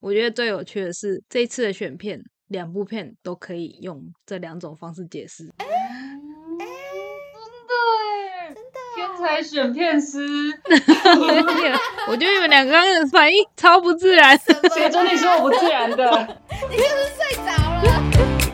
我觉得最有趣的是这一次的选片，2部片都可以用这2种方式解释。 真的耶，天才选片师。 我觉得你们2个刚刚的反应超不自然。 谁准你说我不自然的？ 你是不是睡着了？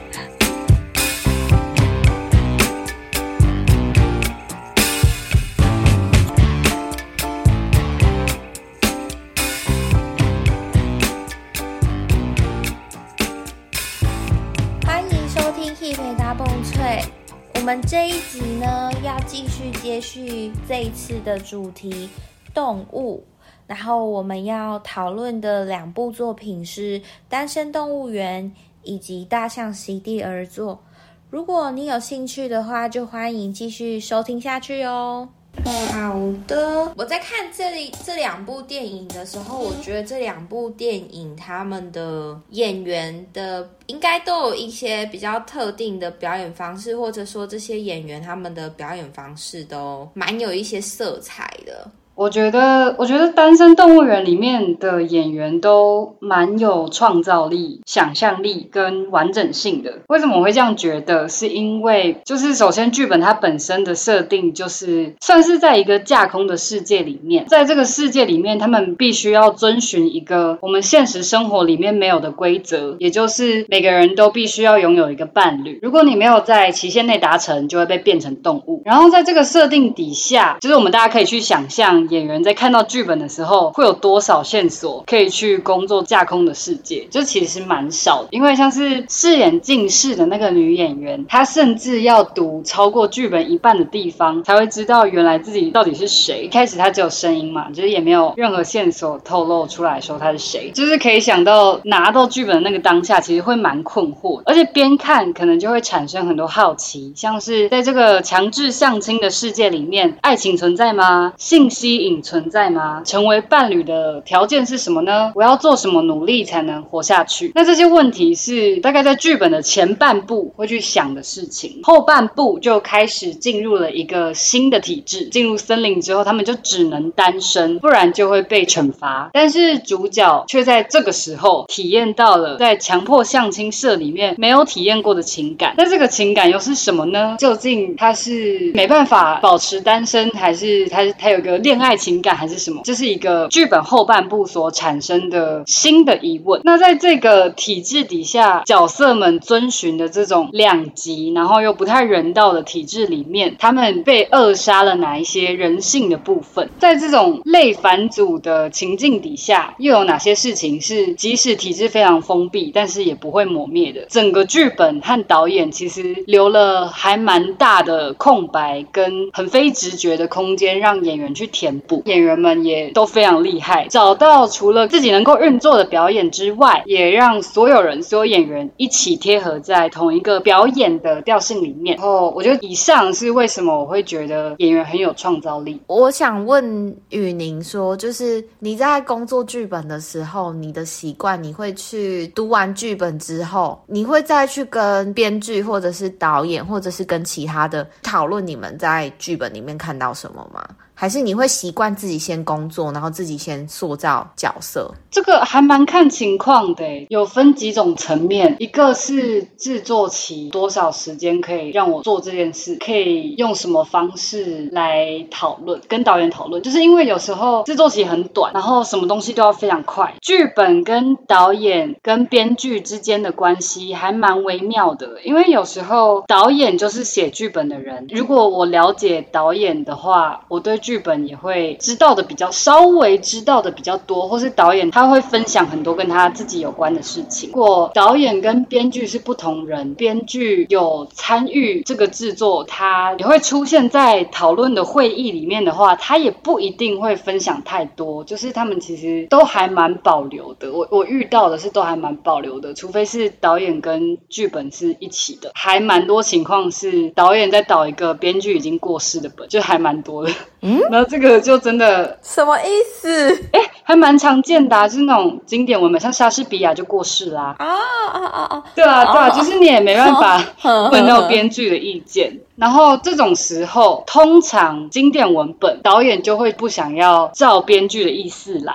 欢迎收听《Hip 陪大蹦脆》。我们这一集呢，要继续接续这一次的主题动物。然后我们要讨论的2部作品是《单身动物园》以及《大象席地而坐》。如果你有兴趣的话，就欢迎继续收听下去哦。好的，我在看这2部电影的时候，我觉得这2部电影他们的演员的应该都有一些比较特定的表演方式，或者说这些演员他们的表演方式都蛮有一些色彩的。 我觉得《单身动物园》里面的演员都蛮有创造力、想象力跟完整性的。为什么我会这样觉得？是因为就是首先剧本它本身的设定就是算是在一个架空的世界里面，在这个世界里面，他们必须要遵循一个我们现实生活里面没有的规则，也就是每个人都必须要拥有一个伴侣。如果你没有在期限内达成，就会被变成动物。然后在这个设定底下，就是我们大家可以去想象演员在看到剧本的时候会有多少线索可以去工作架空的世界，就其实蛮少的。因为像是饰演近视的那个女演员，她甚至要读超过剧本一半的地方才会知道原来自己到底是谁。一开始她只有声音嘛，就是也没有任何线索透露出来说她是谁，就是可以想到拿到剧本的那个当下其实会蛮困惑的，而且边看可能就会产生很多好奇，像是在这个强制相亲的世界里面，爱情存在吗？性吸引存在吗？成为伴侣的条件是什么呢？我要做什么努力才能活下去？那这些问题是大概在剧本的前半部会去想的事情，后半部就开始进入了一个新的体制。进入森林之后，他们就只能单身，不然就会被惩罚。但是主角却在这个时候体验到了在强迫相亲社里面没有体验过的情感。那这个情感又是什么呢？究竟他是没办法保持单身，还是他有个恋爱情感，还是什么？这是一个剧本后半部所产生的新的疑问。那在这个体制底下，角色们遵循的这种两极然后又不太人道的体制里面，他们被扼杀了哪一些人性的部分？在这种类反祖的情境底下，又有哪些事情是即使体制非常封闭，但是也不会抹灭的？整个剧本和导演其实留了还蛮大的空白跟很非直觉的空间让演员去填补。演员们也都非常厉害，找到除了自己能够运作的表演之外，也让所有演员一起贴合在同一个表演的调性里面。然后我觉得以上是为什么我会觉得演员很有创造力。 我想问雨宁说，就是你在工作剧本的时候，你的习惯，你会去读完剧本之后，你会再去跟编剧或者是导演或者是跟其他的讨论你们在剧本里面看到什么吗？还是你会习惯自己先工作，然后自己先塑造角色？ 这个还蛮看情况的耶，有分几种层面。一个是制作期多少时间可以让我做这件事，可以用什么方式来讨论，跟导演讨论。就是因为有时候制作期很短，然后什么东西都要非常快，剧本跟导演跟编剧之间的关系还蛮微妙的。因为有时候导演就是写剧本的人，如果我了解导演的话，我对剧本也会稍微知道的比较多，或是导演他会分享很多跟他自己有关的事情。如果导演跟编剧是不同人，编剧有参与这个制作，他也会出现在讨论的会议里面的话，他也不一定会分享太多，就是他们其实都还蛮保留的。我遇到的是都还蛮保留的，除非是导演跟剧本是一起的，还蛮多情况是导演在导一个编剧已经过世的本，就还蛮多的。然后这个就真的什么意思？ 还蛮常见的啊，就是那种经典文本，像莎士比亚就过世啦。对啊，就是你也没办法问到编剧的意见。然后这种时候，通常经典文本导演就会不想要照编剧的意思来。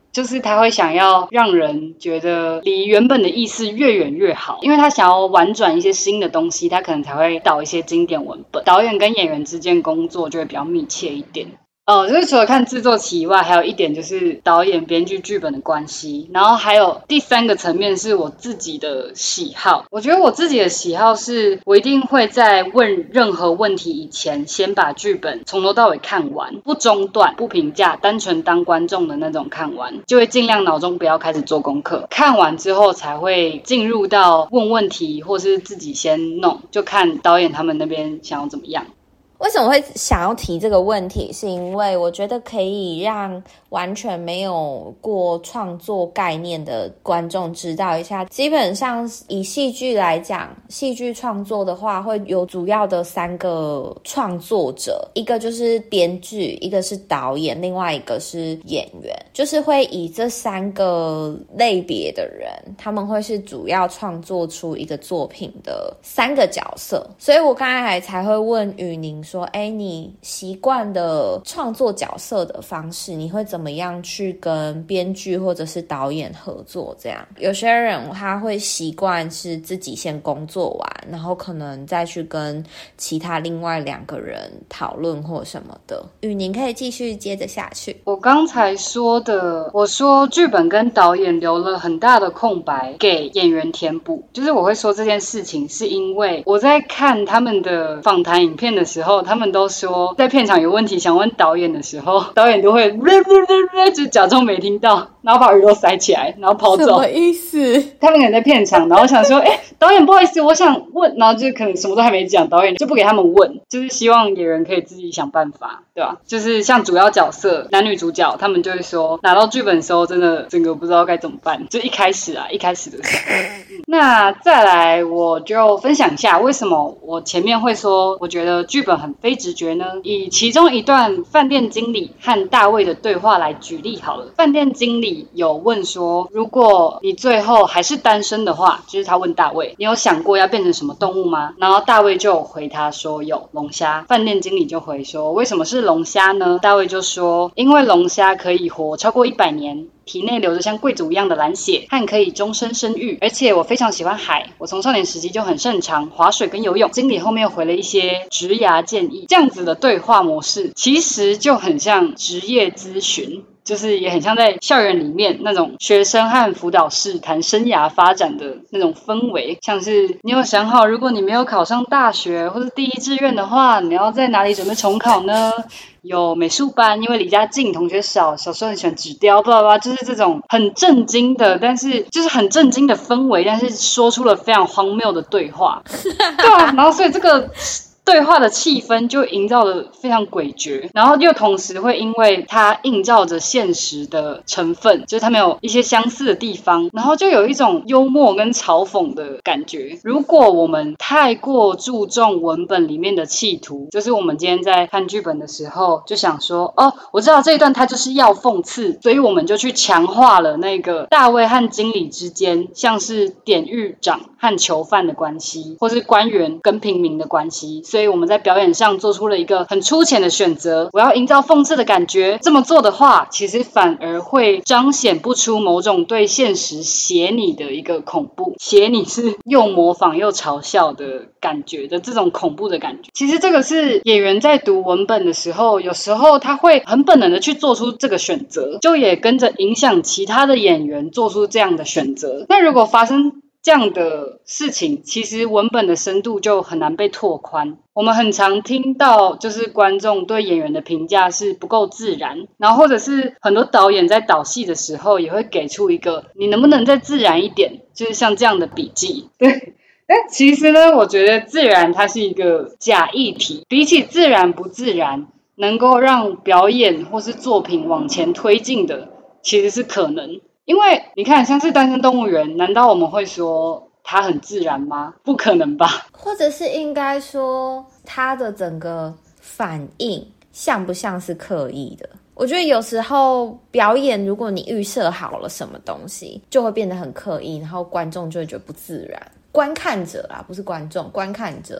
就是他会想要让人觉得离原本的意思越远越好，因为他想要婉转一些新的东西，他可能才会导一些经典文本。导演跟演员之间工作就会比较密切一点。就是除了看制作期以外，还有一点就是导演、编剧、剧本的关系。然后还有第三个层面是我自己的喜好。我觉得我自己的喜好是，我一定会在问任何问题以前，先把剧本从头到尾看完，不中断、不评价，单纯当观众的那种看完，就会尽量脑中不要开始做功课。看完之后才会进入到问问题，或是自己先弄，就看导演他们那边想要怎么样。 为什么会想要提这个问题，是因为我觉得可以让完全没有过创作概念的观众知道一下。基本上以戏剧来讲，戏剧创作的话会有主要的3个创作者，一个就是编剧，一个是导演，另外一个是演员，就是会以这3个类别的人，他们会是主要创作出一个作品的3个角色。所以我刚才才会问雨宁说，你习惯的创作角色的方式，你会怎么样去跟编剧或者是导演合作？这样有些人他会习惯是自己先工作完，然后可能再去跟其他另外2个人讨论或什么的。雨宁可以继续接着下去。 我刚才说的，我说剧本跟导演留了很大的空白给演员填补，就是我会说这件事情是因为我在看他们的访谈影片的时候，他们都说在片场有问题想问导演的时候，导演都会就假装没听到，然后把耳朵塞起来，然后跑走。 什么意思？ 他们可能在片场，然后想说导演不好意思我想问，然后就可能什么都还没讲，导演就不给他们问，就是希望演员可以自己想办法，对吧？就是像主要角色男女主角，他们就会说拿到剧本的时候真的整个不知道该怎么办，就一开始的时候那再来我就分享一下为什么我前面会说我觉得剧本很非直觉呢？以其中一段饭店经理和大卫的对话来举例好了。饭店经理有问说，如果你最后还是单身的话，就是他问大卫，你有想过要变成什么动物吗？然后大卫就回他说有龙虾。饭店经理就回说，为什么是龙虾呢？大卫就说，因为龙虾可以活超过100年，体内流着像贵族一样的蓝血，和可以终身生育，而且我非常喜欢海，我从少年时期就很擅长滑水跟游泳。经理后面又回了一些职涯建议，这样子的对话模式其实就很像职业咨询，就是也很像在校园里面那种学生和辅导室谈生涯发展的那种氛围，像是你有想好如果你没有考上大学或是第一志愿的话，你要在哪里准备重考呢？有美术班，因为离家近，同学少，小时候很喜欢纸雕，巴拉巴拉，就是这种很震惊的，但是就是很震惊的氛围，但是说出了非常荒谬的对话，对啊，然后所以这个对话的气氛就营造得非常诡谲，然后又同时会因为它映照着现实的成分，就是他们有一些相似的地方，然后就有一种幽默跟嘲讽的感觉。如果我们太过注重文本里面的企图，就是我们今天在看剧本的时候就想说，我知道这一段它就是要讽刺，所以我们就去强化了那个大卫和经理之间像是典狱长和囚犯的关系，或是官员跟平民的关系，所以我们在表演上做出了一个很粗浅的选择，我要营造讽刺的感觉。这么做的话，其实反而会彰显不出某种对现实写你的一个恐怖，写你是又模仿又嘲笑的感觉的这种恐怖的感觉。其实这个是演员在读文本的时候，有时候他会很本能的去做出这个选择，就也跟着影响其他的演员做出这样的选择。那如果发生这样的事情，其实文本的深度就很难被拓宽。我们很常听到就是观众对演员的评价是不够自然，然后或者是很多导演在导戏的时候也会给出一个你能不能再自然一点，就是像这样的笔记。对，但其实呢，我觉得自然它是一个假议题，比起自然不自然，能够让表演或是作品往前推进的其实是可能。因为你看像是单身动物园，难道我们会说它很自然吗？不可能吧。 或者是应该说它的整个反应像不像是刻意的。我觉得有时候表演如果你预设好了什么东西，就会变得很刻意，然后观众就会觉得不自然。观看者啦，不是观众，观看者。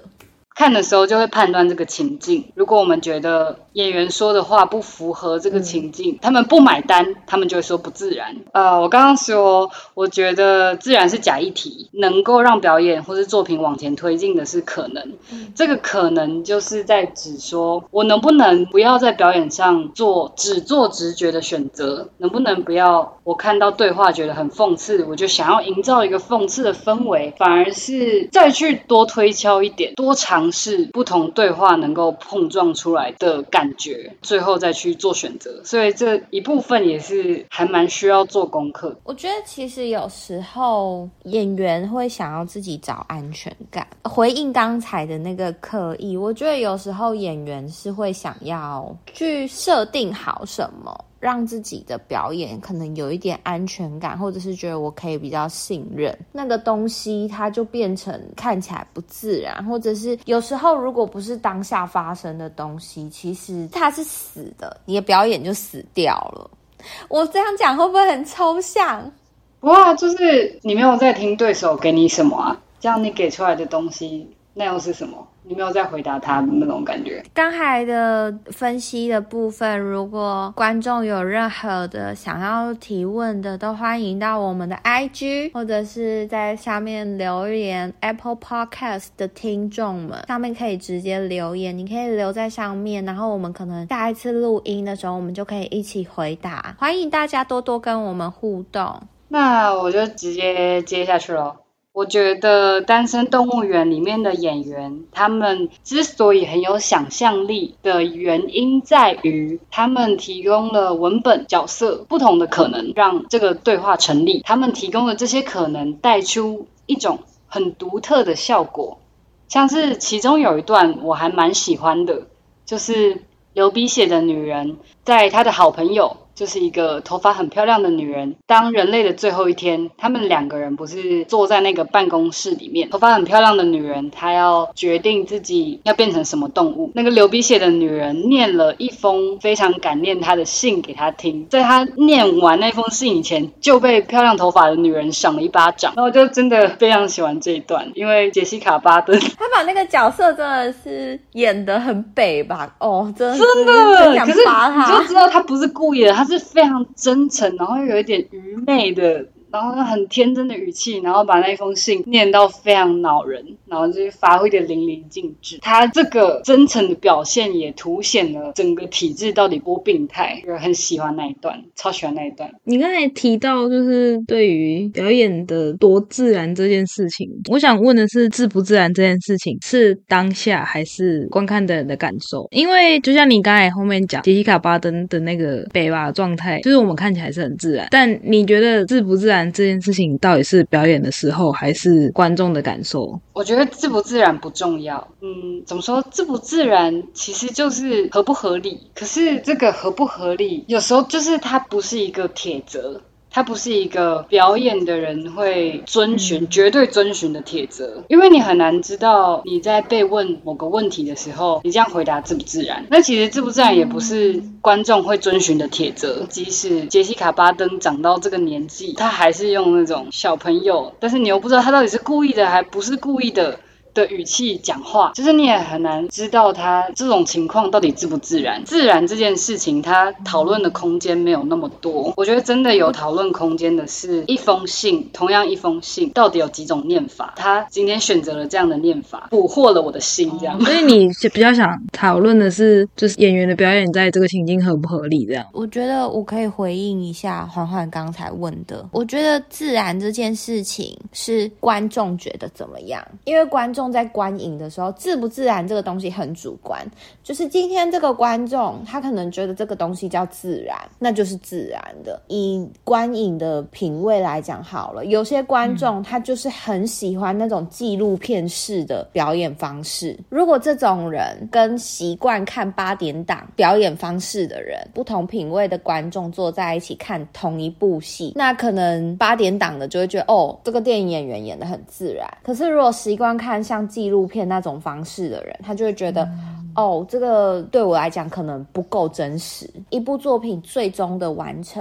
看的时候就会判断这个情境。如果我们觉得演员说的话不符合这个情境，他们不买单，他们就会说不自然。我刚刚说，我觉得自然是假议题，能够让表演或是作品往前推进的是可能。这个可能就是在指说，我能不能不要在表演上只做直觉的选择，能不能不要我看到对话觉得很讽刺，我就想要营造一个讽刺的氛围，反而是再去多推敲一点，多尝试不同对话能够碰撞出来的感觉，最后再去做选择。所以这一部分也是还蛮需要做功课的。 我觉得其实有时候演员会想要自己找安全感，回应刚才的那个刻意，我觉得有时候演员是会想要去设定好什么，让自己的表演可能有一点安全感，或者是觉得我可以比较信任那个东西，它就变成看起来不自然，或者是有时候如果不是当下发生的东西，其实它是死的，你的表演就死掉了。我这样讲会不会很抽象？ 不过就是你没有在听对手给你什么啊，这样你给出来的东西那又是什么？你没有在回答他的那种感觉。 刚才的分析的部分，如果观众有任何的想要提问的，都欢迎到我们的 IG 或者是在下面留言。 Apple Podcast 的听众们上面可以直接留言，你可以留在上面，然后我们可能下一次录音的时候我们就可以一起回答。欢迎大家多多跟我们互动。 那我就直接接下去咯。我觉得《单身动物园》里面的演员，他们之所以很有想象力的原因在于，他们提供了文本、角色不同的可能，让这个对话成立。他们提供的这些可能带出一种很独特的效果，像是其中有一段我还蛮喜欢的，就是流鼻血的女人在她的好朋友，就是一个头发很漂亮的女人，当人类的最后一天，他们两个人不是坐在那个办公室里面，头发很漂亮的女人她要决定自己要变成什么动物。那个流鼻血的女人念了一封非常感念她的信给她听，在她念完那封信以前就被漂亮头发的女人赏了一巴掌。然后我就真的非常喜欢这一段，因为杰西卡·巴登他把那个角色真的是演得很北吧，真的想可是扒他。 你就知道他不是故意的，他是非常真诚，然后又有一点愚昧的，然后很天真的语气，然后把那封信念到非常恼人，然后就是发挥的淋漓尽致。他这个真诚的表现也凸显了整个体制到底多病态，我很喜欢那一段，超喜欢那一段。 你刚才提到就是对于表演的多自然这件事情，我想问的是自不自然这件事情是当下还是观看的人的感受？因为就像你刚才后面讲杰西卡·巴登的那个北吧状态，就是我们看起来是很自然，但你觉得自不自然这件事情到底是表演的时候还是观众的感受？ 我觉得自不自然不重要，怎么说，自不自然其实就是合不合理。可是这个合不合理有时候就是它不是一个铁则，它不是一个表演的人会绝对遵循的铁则，因为你很难知道你在被问某个问题的时候，你这样回答自不自然。那其实自不自然也不是观众会遵循的铁则，即使杰西卡·巴登长到这个年纪，他还是用那种小朋友，但是你又不知道他到底是故意的还不是故意的语气讲话，就是你也很难知道他这种情况到底自不自然。自然这件事情他讨论的空间没有那么多，我觉得真的有讨论空间的是一封信，同样一封信到底有几种念法，他今天选择了这样的念法，捕获了我的心这样。 所以你比较想讨论的是就是演员的表演在这个情境合不合理这样。 我觉得我可以回应一下环环刚才问的，我觉得自然这件事情是观众觉得怎么样，因为观众在观影的时候，自不自然这个东西很主观，就是今天这个观众他可能觉得这个东西叫自然，那就是自然的。以观影的品味来讲好了，有些观众他就是很喜欢那种纪录片式的表演方式，如果这种人跟习惯看8点档表演方式的人，不同品味的观众坐在一起看同一部戏，那可能8点档的就会觉得这个电影演员演得很自然，可是如果习惯看像纪录片那种方式的人，他就会觉得这个对我来讲可能不够真实。一部作品最终的完成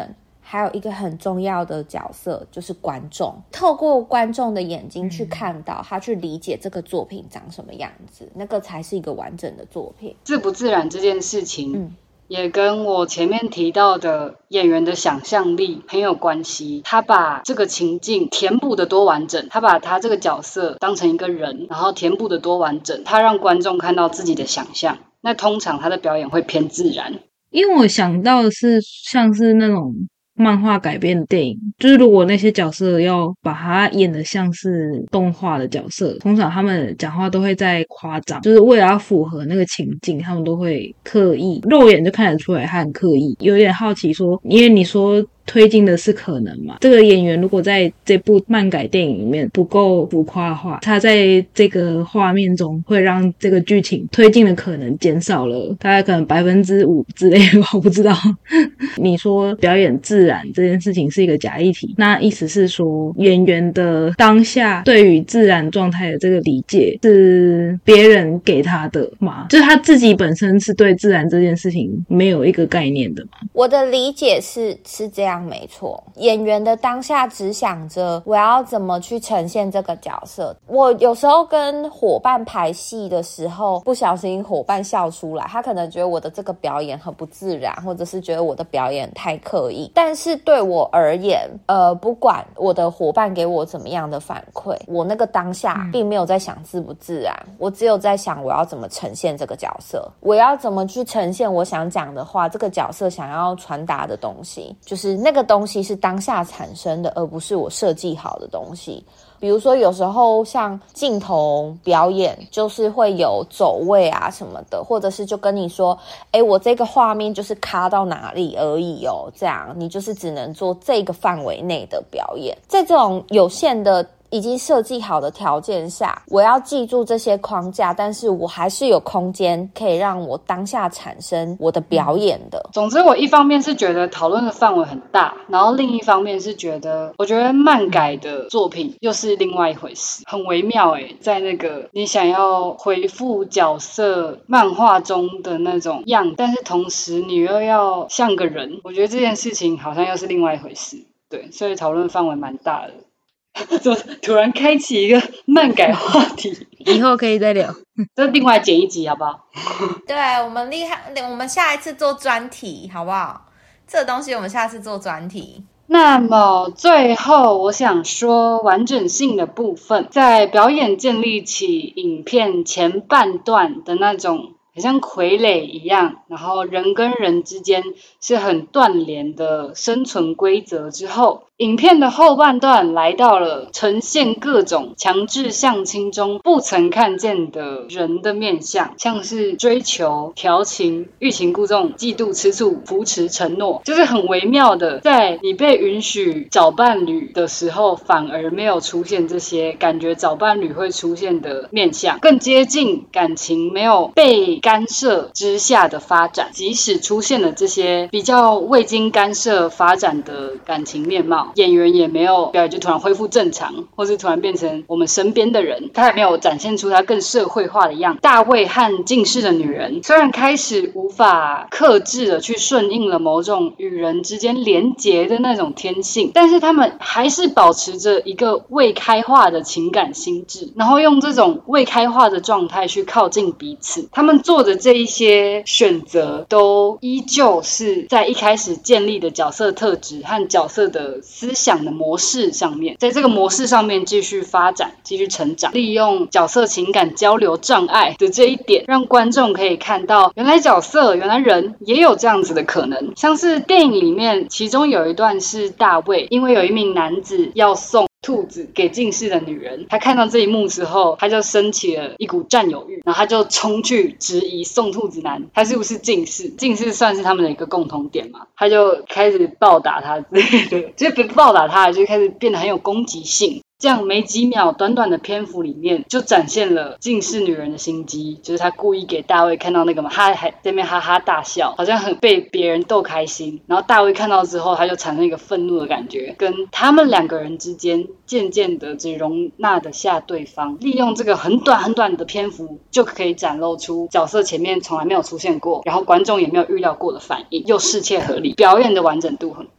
还有一个很重要的角色就是观众，透过观众的眼睛去看到他去理解这个作品长什么样子，那个才是一个完整的作品。 自不自然这件事情也跟我前面提到的演员的想象力很有关系。他把这个情境填补的多完整，他把他这个角色当成一个人，然后填补的多完整，他让观众看到自己的想象。那通常他的表演会偏自然。 因为我想到的是像是那种漫画改编的电影，就是如果那些角色要把它演得像是动画的角色，通常他们讲话都会再夸张，就是为了要符合那个情境，他们都会刻意，肉眼就看得出来他很刻意。有点好奇说，因为你说推进的是可能嘛，这个演员如果在这部漫改电影里面不够浮夸的话，他在这个画面中会让这个剧情推进的可能减少了大概可能 5% 之类的，我不知道。你说表演自然这件事情是一个假议题，那意思是说演员的当下对于自然状态的这个理解是别人给他的吗？就是他自己本身是对自然这件事情没有一个概念的吗？ 我的理解是这样，没错。演员的当下只想着我要怎么去呈现这个角色。我有时候跟伙伴排戏的时候，不小心伙伴笑出来，他可能觉得我的这个表演很不自然，或者是觉得我的表演太刻意。但是对我而言，不管我的伙伴给我怎么样的反馈，我那个当下并没有在想自不自然，我只有在想我要怎么呈现这个角色，我要怎么去呈现我想讲的话，这个角色想要传达的东西，就是那个东西是当下产生的，而不是我设计好的东西。比如说有时候像镜头表演就是会有走位啊什么的，或者是就跟你说我这个画面就是卡到哪里而已哦，这样你就是只能做这个范围内的表演。在这种有限的已经设计好的条件下，我要记住这些框架，但是我还是有空间可以让我当下产生我的表演的。 总之我一方面是觉得讨论的范围很大，然后另一方面是觉得我觉得漫改的作品又是另外一回事，很微妙在那个你想要回复角色漫画中的那种样，但是同时你又要像个人，我觉得这件事情好像又是另外一回事。对，所以讨论范围蛮大的。就突然开启一个漫改话题， 以后可以再聊。 这另外剪一集好不好？ 对，我们厉害，我们下一次做专题好不好？这个东西我们下次做专题。 那么最后我想说完整性的部分，在表演建立起影片前半段的那种很像傀儡一样，然后人跟人之间是很断联的生存规则之后，影片的后半段来到了呈现各种强制相亲中不曾看见的人的面向，像是追求、调情、欲擒故纵、嫉妒、吃醋、扶持、承诺，就是很微妙的，在你被允许找伴侣的时候，反而没有出现这些感觉找伴侣会出现的面向，更接近感情没有被干涉之下的发展，即使出现了这些比较未经干涉发展的感情面貌，演员也没有表演就突然恢复正常，或是突然变成我们身边的人，他也没有展现出他更社会化的样子。大卫和近视的女人虽然开始无法克制的去顺应了某种与人之间连结的那种天性，但是他们还是保持着一个未开化的情感心智，然后用这种未开化的状态去靠近彼此。他们做的这一些选择都依旧是在一开始建立的角色特质和角色的思想的模式上面，在这个模式上面继续发展，继续成长，利用角色情感交流障碍的这一点，让观众可以看到原来角色、原来人也有这样子的可能。像是电影里面其中有一段是大卫因为有一名男子要送兔子给近视的女人，他看到这一幕之后，他就升起了一股占有欲，然后他就冲去质疑送兔子男他是不是近视，近视算是他们的一个共同点嘛，他就开始暴打他之类的，就是不暴打他，就开始变得很有攻击性。这样没几秒短短的篇幅里面就展现了近视女人的心机，就是她故意给大卫看到那个嘛，她还在那边哈哈大笑，好像很被别人逗开心，然后大卫看到之后他就产生一个愤怒的感觉，跟他们两个人之间渐渐的只容纳得下对方，利用这个很短很短的篇幅就可以展露出角色前面从来没有出现过，然后观众也没有预料过的反应，又适切合理，表演的完整度很高。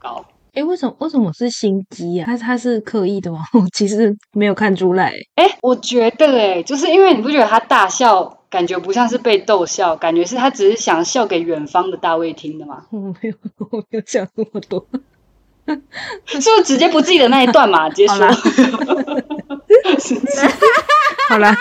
为什么是心机啊？他是刻意的吗？我其实没有看出来。 我觉得就是因为你不觉得他大笑感觉不像是被逗笑，感觉是他只是想笑给远方的大卫听的吗？ 我没有想那么多。 是不是直接不记得那一段嘛？直接说。 好啦。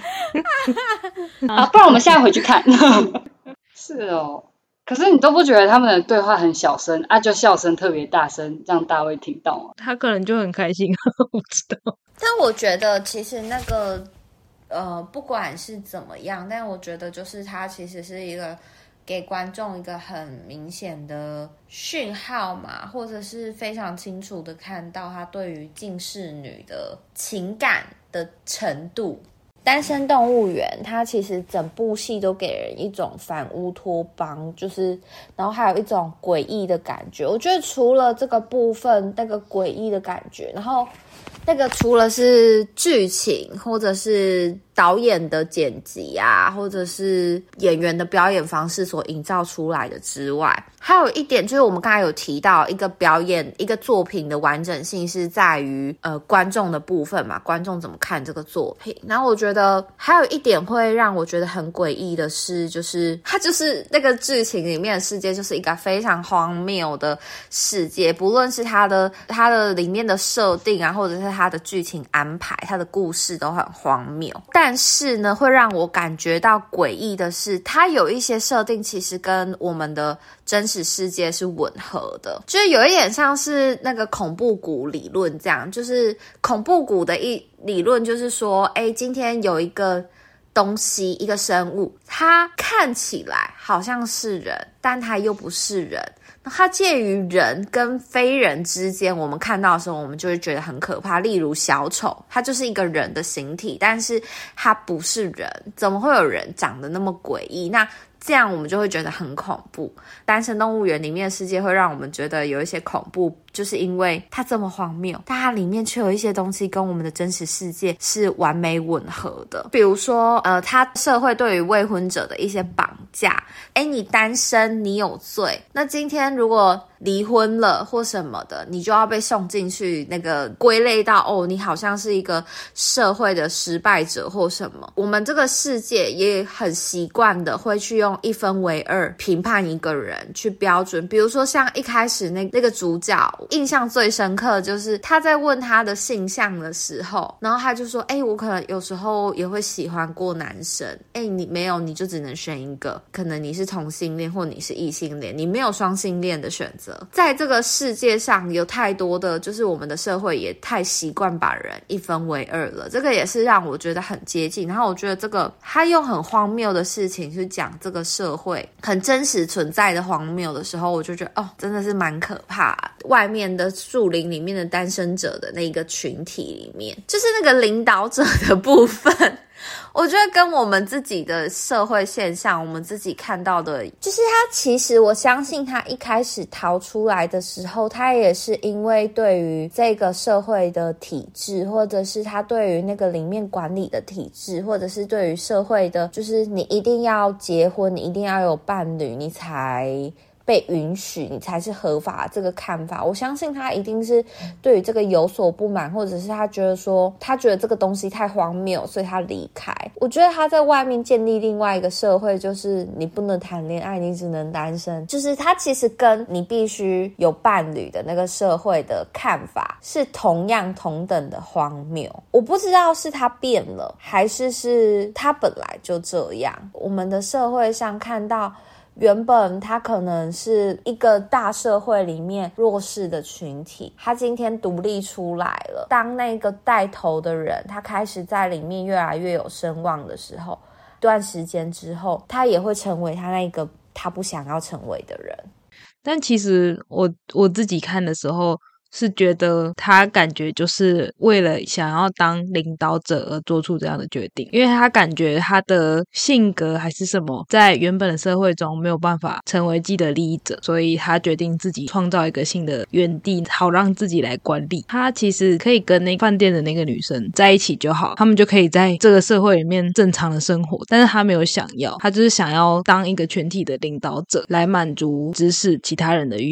不然我们现在回去看。是哦，可是你都不觉得他们的对话很小声啊，就笑声特别大声，让大卫听到吗？ 他可能就很开心。我知道。 但我觉得其实那个不管是怎么样，但我觉得就是它其实是一个给观众一个很明显的讯号嘛，或者是非常清楚的看到他对于近视女的情感的程度。单身动物园它其实整部戏都给人一种反乌托邦，就是然后还有一种诡异的感觉。我觉得除了这个部分那个诡异的感觉，然后那个除了是剧情或者是导演的剪辑啊，或者是演员的表演方式所营造出来的之外，还有一点就是我们刚才有提到一个表演一个作品的完整性是在于观众的部分嘛，观众怎么看这个作品。然后我觉得还有一点会让我觉得很诡异的是，就是它就是那个剧情里面的世界就是一个非常荒谬的世界，不论是它的里面的设定啊，或者是它的剧情安排，它的故事都很荒谬。但是呢，会让我感觉到诡异的是，它有一些设定其实跟我们的真实世界是吻合的，就是有一点像是那个恐怖谷理论这样，就是恐怖谷的理论就是说，今天有一个东西，一个生物，它看起来好像是人，但它又不是人。它介于人跟非人之间，我们看到的时候我们就会觉得很可怕。例如小丑，它就是一个人的形体，但是它不是人，怎么会有人长得那么诡异？那这样我们就会觉得很恐怖。单身动物园里面的世界会让我们觉得有一些恐怖，就是因为它这么荒谬，但它里面却有一些东西跟我们的真实世界是完美吻合的。比如说它社会对于未婚者的一些绑架，你单身你有罪，那今天如果离婚了或什么的，你就要被送进去那个归类到你好像是一个社会的失败者或什么。我们这个世界也很习惯的会去用1分为2评判一个人去标准。比如说像一开始那个主角印象最深刻就是他在问他的性向的时候，然后他就说我可能有时候也会喜欢过男生。你没有，你就只能选一个，可能你是同性恋或你是异性恋，你没有双性恋的选择。在这个世界上有太多的，就是我们的社会也太习惯把人1分为2了，这个也是让我觉得很接近。然后我觉得这个他用很荒谬的事情去讲这个社会很真实存在的荒谬的时候，我就觉得真的是蛮可怕的。外面的树林里面的单身者的那个群体里面，就是那个领导者的部分，我觉得跟我们自己的社会现象，我们自己看到的，就是他其实我相信他一开始逃出来的时候，他也是因为对于这个社会的体制，或者是他对于那个里面管理的体制，或者是对于社会的，就是你一定要结婚，你一定要有伴侣，你才被允许，你才是合法这个看法，我相信他一定是对于这个有所不满，或者是他觉得这个东西太荒谬，所以他离开。我觉得他在外面建立另外一个社会，就是你不能谈恋爱，你只能单身，就是他其实跟你必须有伴侣的那个社会的看法是同等的荒谬。我不知道是他变了，还是他本来就这样。我们的社会上看到原本他可能是一个大社会里面弱势的群体，他今天独立出来了，当那个带头的人他开始在里面越来越有声望的时候，一段时间之后他也会成为他那个他不想要成为的人。 但其实我自己看的时候是觉得他感觉就是为了想要当领导者而做出这样的决定，因为他感觉他的性格还是什么在原本的社会中没有办法成为既得利益者，所以他决定自己创造一个新的园地，好让自己来管理。他其实可以跟那饭店的那个女生在一起就好，他们就可以在这个社会里面正常的生活，但是他没有想要，他就是想要当一个全体的领导者来满足指使其他人的欲望。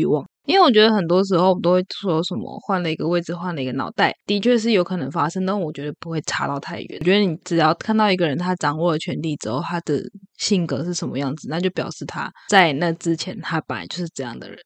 因为我觉得很多时候我们都会说什么换了一个位置换了一个脑袋，的确是有可能发生，但我觉得不会差到太远。我觉得你只要看到一个人他掌握了权力之后，他的性格是什么样子，那就表示他在那之前他本来就是这样的人。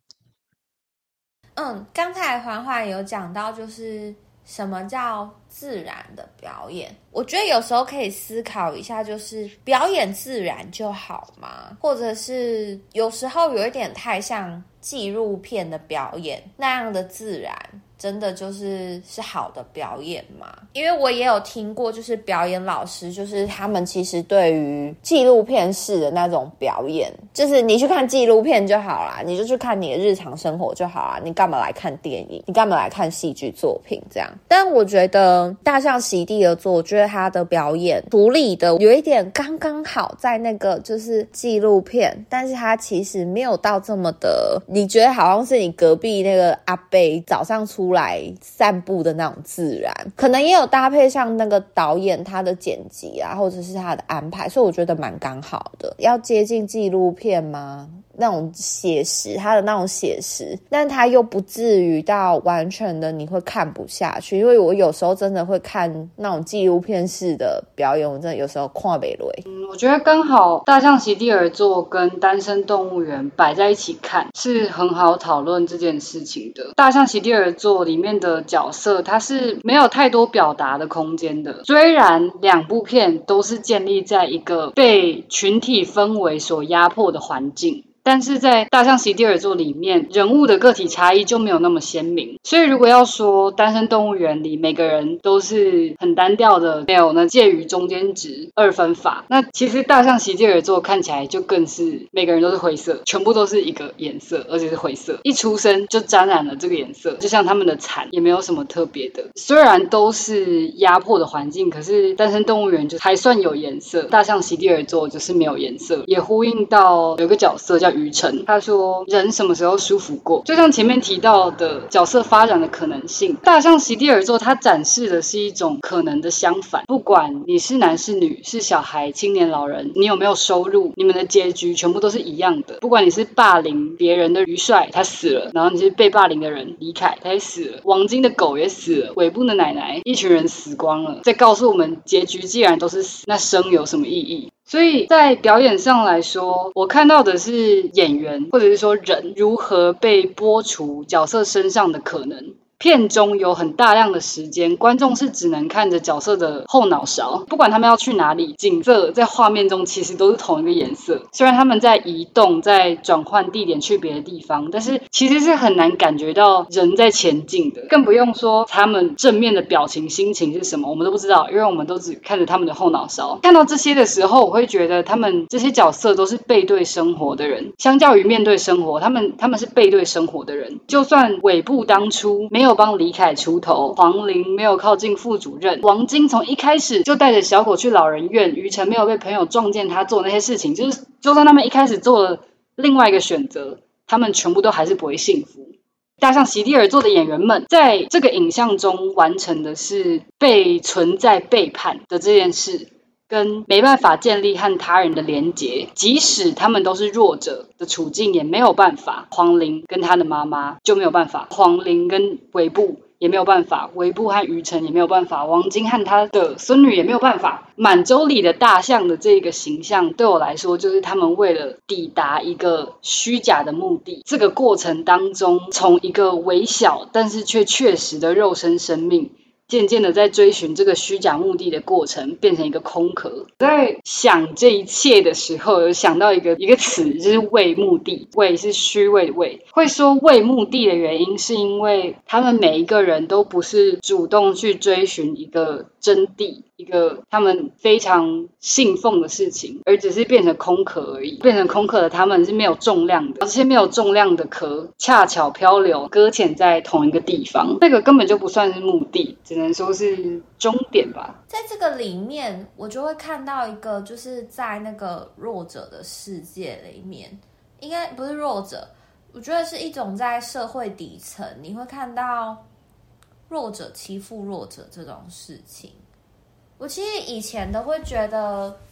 刚才环环有讲到就是什么叫自然的表演，我觉得有时候可以思考一下，就是表演自然就好吗？或者是有时候有一点太像纪录片的表演那样的自然，真的就是好的表演吗？因为我也有听过，就是表演老师，就是他们其实对于纪录片式的那种表演，就是你去看纪录片就好啦，你就去看你的日常生活就好啦，你干嘛来看电影？你干嘛来看戏剧作品这样？但我觉得大象席地而坐，我觉得他的表演处理的有一点刚刚好，在那个就是纪录片，但是他其实没有到这么的，你觉得好像是你隔壁那个阿伯早上出来散步的那种自然，可能也有搭配上那个导演他的剪辑啊，或者是他的安排，所以我觉得蛮刚好的。要接近纪录片吗？那种写实，他的那种写实，但他又不至于到完全的你会看不下去，因为我有时候真的会看那种纪录片式的表演，我真的有时候看不落。 我觉得刚好大象席地而坐跟单身动物园摆在一起看是很好讨论这件事情的。大象席地而坐里面的角色他是没有太多表达的空间的，虽然两部片都是建立在一个被群体氛围所压迫的环境，但是在大象席地而坐里面，人物的个体差异就没有那么鲜明。所以如果要说单身动物园里每个人都是很单调的，没有那介于中间值二分法，那其实大象席地而坐看起来就更是每个人都是灰色，全部都是一个颜色，而且是灰色，一出生就沾染了这个颜色，就像他们的蚕也没有什么特别的。虽然都是压迫的环境，可是单身动物园就还算有颜色，大象席地而坐就是没有颜色，也呼应到有个角色叫于晨，他说人什么时候舒服过，就像前面提到的角色发展的可能性，大象席地而坐它展示的是一种可能的相反，不管你是男是女，是小孩青年老人，你有没有收入，你们的结局全部都是一样的。不管你是霸凌别人的于帅他死了，然后你是被霸凌的人李凯他也死了，王晶的狗也死了，尾部的奶奶，一群人死光了，在告诉我们结局既然都是死，那生有什么意义？所以在表演上来说，我看到的是演员或者是说人如何被剥除角色身上的可能。片中有很大量的时间，观众是只能看着角色的后脑勺，不管他们要去哪里，景色在画面中其实都是同一个颜色。虽然他们在移动，在转换地点去别的地方，但是其实是很难感觉到人在前进的，更不用说他们正面的表情心情是什么，我们都不知道，因为我们都只看着他们的后脑勺。看到这些的时候，我会觉得他们这些角色都是背对生活的人，相较于面对生活，他们是背对生活的人。就算尾部当初没有帮李凯出头，黄玲没有靠近副主任，王晶从一开始就带着小狗去老人院，于晨没有被朋友撞见他做那些事情，就算他们一开始做了另外一个选择，他们全部都还是不会幸福。大象席地而坐的演员们在这个影像中完成的是被存在背叛的这件事，跟没办法建立和他人的连结，即使他们都是弱者的处境也没有办法。黄玲跟他的妈妈就没有办法，黄玲跟尾部也没有办法，尾部和于晨也没有办法，王晶和他的孙女也没有办法。满洲里的大象的这个形象对我来说，就是他们为了抵达一个虚假的目的，这个过程当中，从一个微小但是却确实的肉身生命，渐渐的在追寻这个虚假目的的过程变成一个空壳。在想这一切的时候，有想到一个词，就是为目的。为是虚伪的为，会说为目的的原因是因为他们每一个人都不是主动去追寻一个真谛，一个他们非常信奉的事情，而只是变成空壳而已。变成空壳的他们是没有重量的，这些没有重量的壳恰巧漂流搁浅在同一个地方，那个根本就不算是目的，只能说是终点吧。 在这个里面我就会看到一个，就是在那个弱者的世界里面，应该不是弱者，我觉得是一种在社会底层你会看到弱者欺负弱者这种事情。我其实以前都会觉得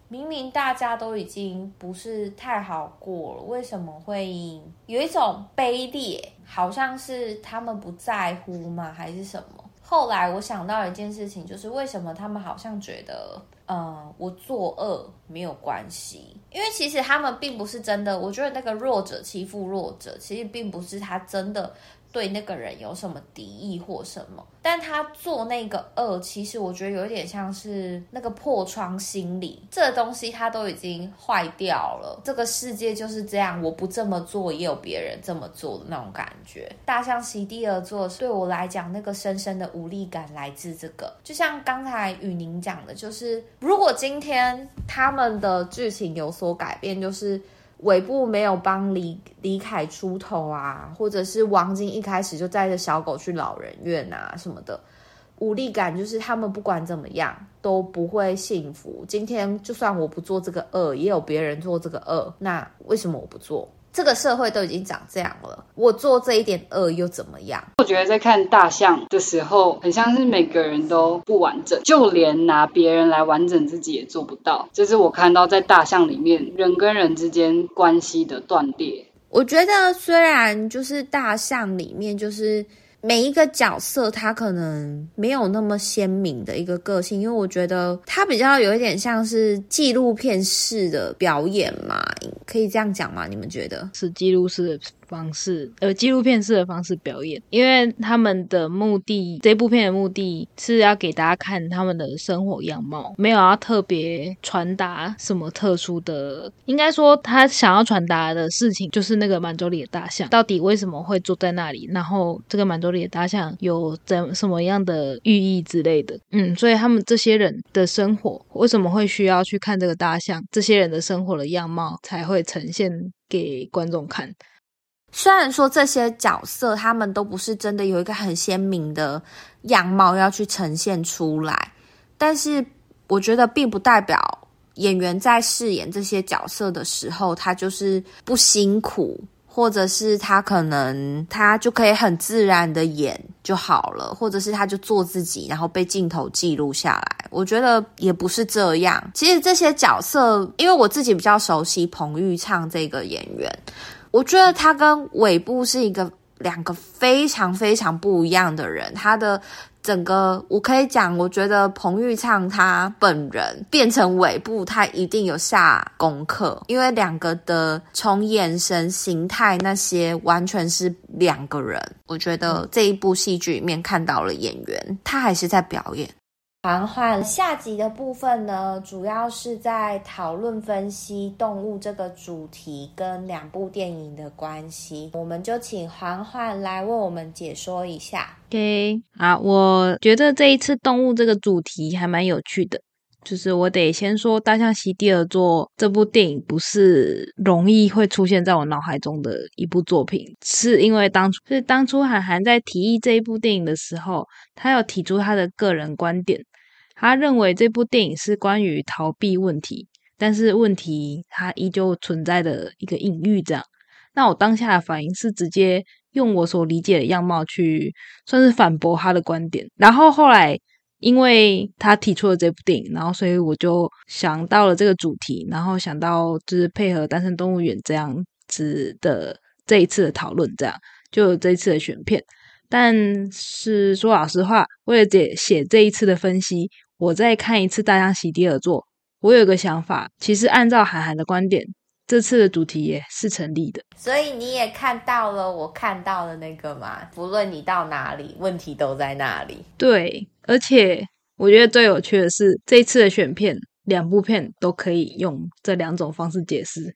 明明大家都已经不是太好过了，为什么会有一种卑劣，好像是他们不在乎吗，还是什么？后来我想到一件事情，就是为什么他们好像觉得我作恶没有关系，因为其实他们并不是真的，我觉得那个弱者欺负弱者，其实并不是他真的对那个人有什么敌意或什么，但他做那个恶，其实我觉得有一点像是那个破窗心理，这个东西它都已经坏掉了，这个世界就是这样，我不这么做也有别人这么做的那种感觉。大象席地而坐，对我来讲那个深深的无力感来自这个，就像刚才雨宁讲的，就是如果今天他们的剧情有所改变，就是尾部没有帮李凯出头啊，或者是王晶一开始就带着小狗去老人院啊什么的，无力感就是他们不管怎么样都不会幸福。今天就算我不做这个恶，也有别人做这个恶，那为什么我不做？这个社会都已经长这样了，我做这一点恶又怎么样？ 我觉得在看大象的时候，很像是每个人都不完整，就连拿别人来完整自己也做不到。这是我看到在大象里面人跟人之间关系的断裂。 我觉得虽然就是大象里面就是每一个角色他可能没有那么鲜明的一个个性，因为我觉得他比较有一点像是纪录片式的表演嘛，可以这样讲吗？你们觉得？ 是纪录式的方式，纪录片式的方式表演，因为他们的目的，这部片的目的是要给大家看他们的生活样貌，没有要特别传达什么特殊的，应该说他想要传达的事情就是那个满洲里的大象到底为什么会坐在那里，然后这个满洲里的大象有什么样的寓意之类的。所以他们这些人的生活为什么会需要去看这个大象，这些人的生活的样貌才会呈现给观众看。 虽然说这些角色他们都不是真的有一个很鲜明的样貌要去呈现出来，但是我觉得并不代表演员在饰演这些角色的时候他就是不辛苦，或者是他可能他就可以很自然的演就好了，或者是他就做自己然后被镜头记录下来，我觉得也不是这样。其实这些角色因为我自己比较熟悉彭昱畅这个演员，我觉得他跟尾部是两个非常非常不一样的人，他的整个我可以讲，我觉得彭昱畅他本人变成尾部他一定有下功课，因为两个的从眼神形态那些完全是两个人。我觉得这一部戏剧里面看到了演员他还是在表演。环环下集的部分呢，主要是在讨论分析动物这个主题跟两部电影的关系，我们就请环环来为我们解说一下。 OK， 我觉得这一次动物这个主题还蛮有趣的，就是我得先说大象席地而坐这部电影不是容易会出现在我脑海中的一部作品，是因为当初韩寒在提议这一部电影的时候，他有提出他的个人观点，他认为这部电影是关于逃避问题，但是问题它依旧存在的一个隐喻这样。那我当下的反应是直接用我所理解的样貌去算是反驳他的观点，然后后来因为他提出了这部电影，然后所以我就想到了这个主题，然后想到就是配合单身动物园这样子的这一次的讨论，这样就有这一次的选片。但是说老实话，为了写这一次的分析，我再看一次大象席地而坐，我有一个想法，其实按照韩寒的观点，这次的主题也是成立的。 所以你也看到了我看到的那个嘛，不论你到哪里，问题都在那里。 对，而且我觉得最有趣的是这一次的选片，两部片都可以用这两种方式解释。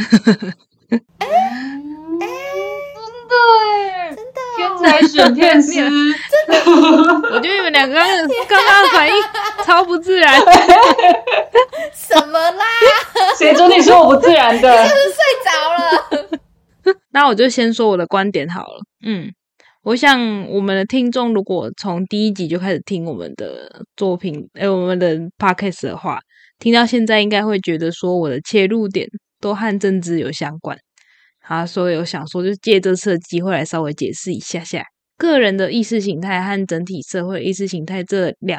天才选片师， 我觉得你们两个刚刚的反应超不自然。 什么啦？ 谁准你说我不自然的？ 你是不是睡着了？ 那我就先说我的观点好了。我想我们的听众如果从第一集就开始听我们的作品，我们的 podcast 的话，听到现在应该会觉得说我的切入点都和政治有相关。所以我想说，就借这次的机会来稍微解释一下个人的意识形态和整体社会意识形态这两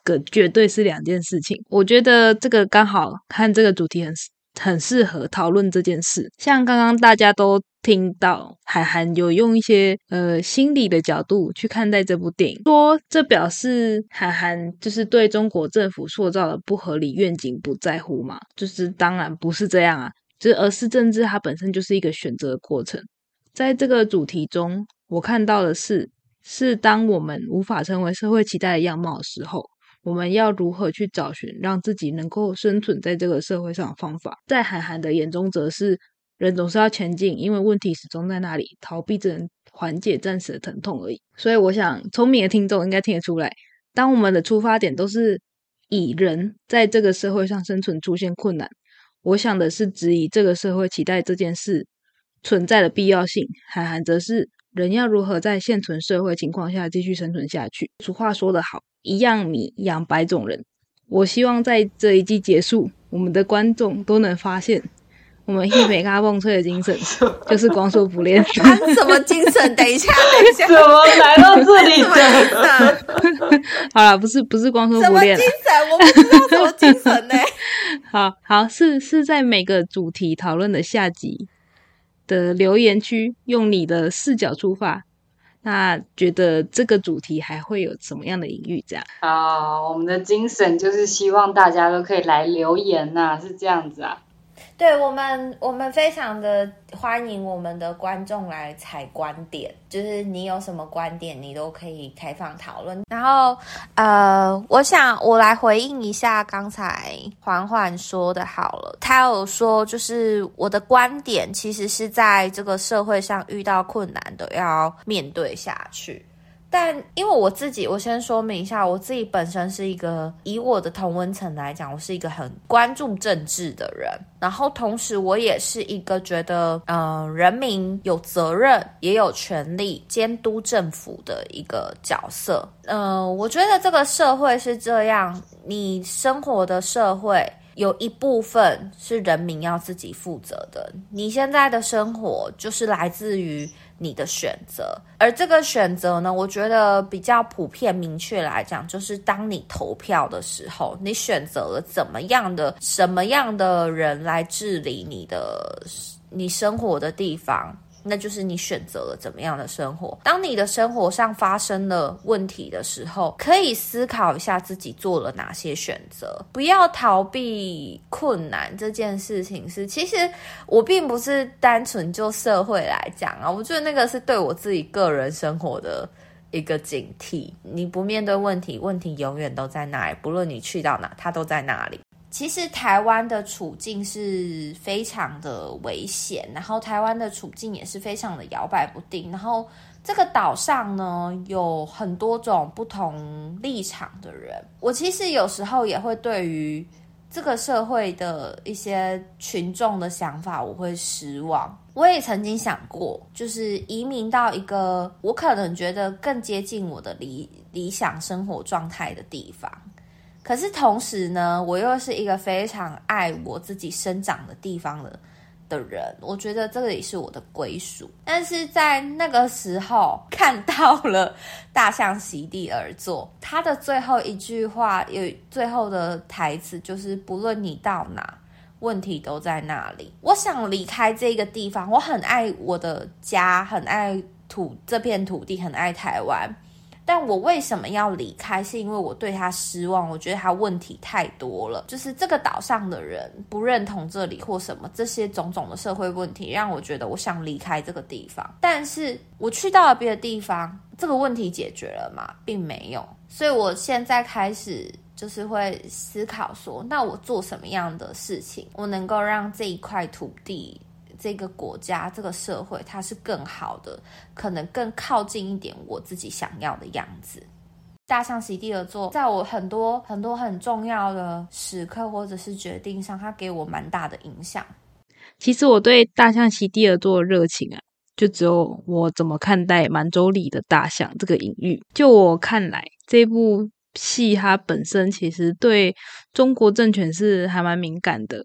个绝对是两件事情。我觉得这个刚好和这个主题很适合讨论这件事。像刚刚大家都听到海涵有用一些心理的角度去看待这部电影，说这表示海涵就是对中国政府塑造的不合理愿景不在乎嘛，就是当然不是这样啊，而是政治它本身就是一个选择的过程。在这个主题中，我看到的是当我们无法成为社会期待的样貌的时候，我们要如何去找寻让自己能够生存在这个社会上的方法。在韩寒的眼中则是人总是要前进，因为问题始终在那里，逃避只能缓解暂时的疼痛而已。所以我想聪明的听众应该听得出来，当我们的出发点都是以人在这个社会上生存出现困难，我想的是质疑这个社会期待这件事存在的必要性，韩寒则是人要如何在现存社会情况下继续生存下去。俗话说得好，一样米养百种人。我希望在这一季结束，我们的观众都能发现我们一美咖蹦脆的精神就是光说不练。 什么精神？等一下怎么来到这里的？ 好啦，不是光说不练什么精神？我不知道什么精神呢。 好，是在每个主题讨论的下集的留言区用你的视角出发，那觉得这个主题还会有什么样的隐喻？这样我们的精神就是希望大家都可以来留言啊，是这样子啊。 对，我们非常的欢迎我们的观众来采观点，就是你有什么观点你都可以开放讨论。然后我想我来回应一下刚才缓缓说的好了，他有说就是我的观点其实是在这个社会上遇到困难的要面对下去。但因为我先说明一下，我自己本身是一个，以我的同温层来讲，我是一个很关注政治的人，然后同时我也是一个觉得人民有责任也有权利监督政府的一个角色。我觉得这个社会是这样，你生活的社会有一部分是人民要自己负责的，你现在的生活就是来自于你的选择，而这个选择呢，我觉得比较普遍明确来讲，就是当你投票的时候，你选择了什么样的人来治理你生活的地方，那就是你选择了怎么样的生活。当你的生活上发生了问题的时候，可以思考一下自己做了哪些选择，不要逃避困难这件事情其实我并不是单纯就社会来讲啊，我觉得那个是对我自己个人生活的一个警惕。你不面对问题，问题永远都在那里，不论你去到哪，它都在那里。其实台湾的处境是非常的危险，然后台湾的处境也是非常的摇摆不定，然后这个岛上呢有很多种不同立场的人，我其实有时候也会对于这个社会的一些群众的想法我会失望。我也曾经想过，就是移民到一个我可能觉得更接近我的理想生活状态的地方，可是同时呢，我又是一个非常爱我自己生长的地方的人，我觉得这个也是我的归属。但是在那个时候看到了大象席地而坐，他的最后一句话，有最后的台词就是不论你到哪，问题都在那里。我想离开这个地方，我很爱我的家，很爱这片土地，很爱台湾，但我为什么要离开？是因为我对他失望，我觉得他问题太多了，就是这个岛上的人不认同这里或什么，这些种种的社会问题让我觉得我想离开这个地方。但是我去到了别的地方，这个问题解决了吗？并没有。所以我现在开始就是会思考说，那我做什么样的事情，我能够让这一块土地，这个国家，这个社会它是更好的，可能更靠近一点我自己想要的样子。大象席地而坐，在我很多很重要的时刻或者是决定上，它给我蛮大的影响。 其实我对大象席地而坐的热情啊，就只有我怎么看待满洲里的大象这个隐喻。就我看来，这部戏它本身其实对中国政权是还蛮敏感的，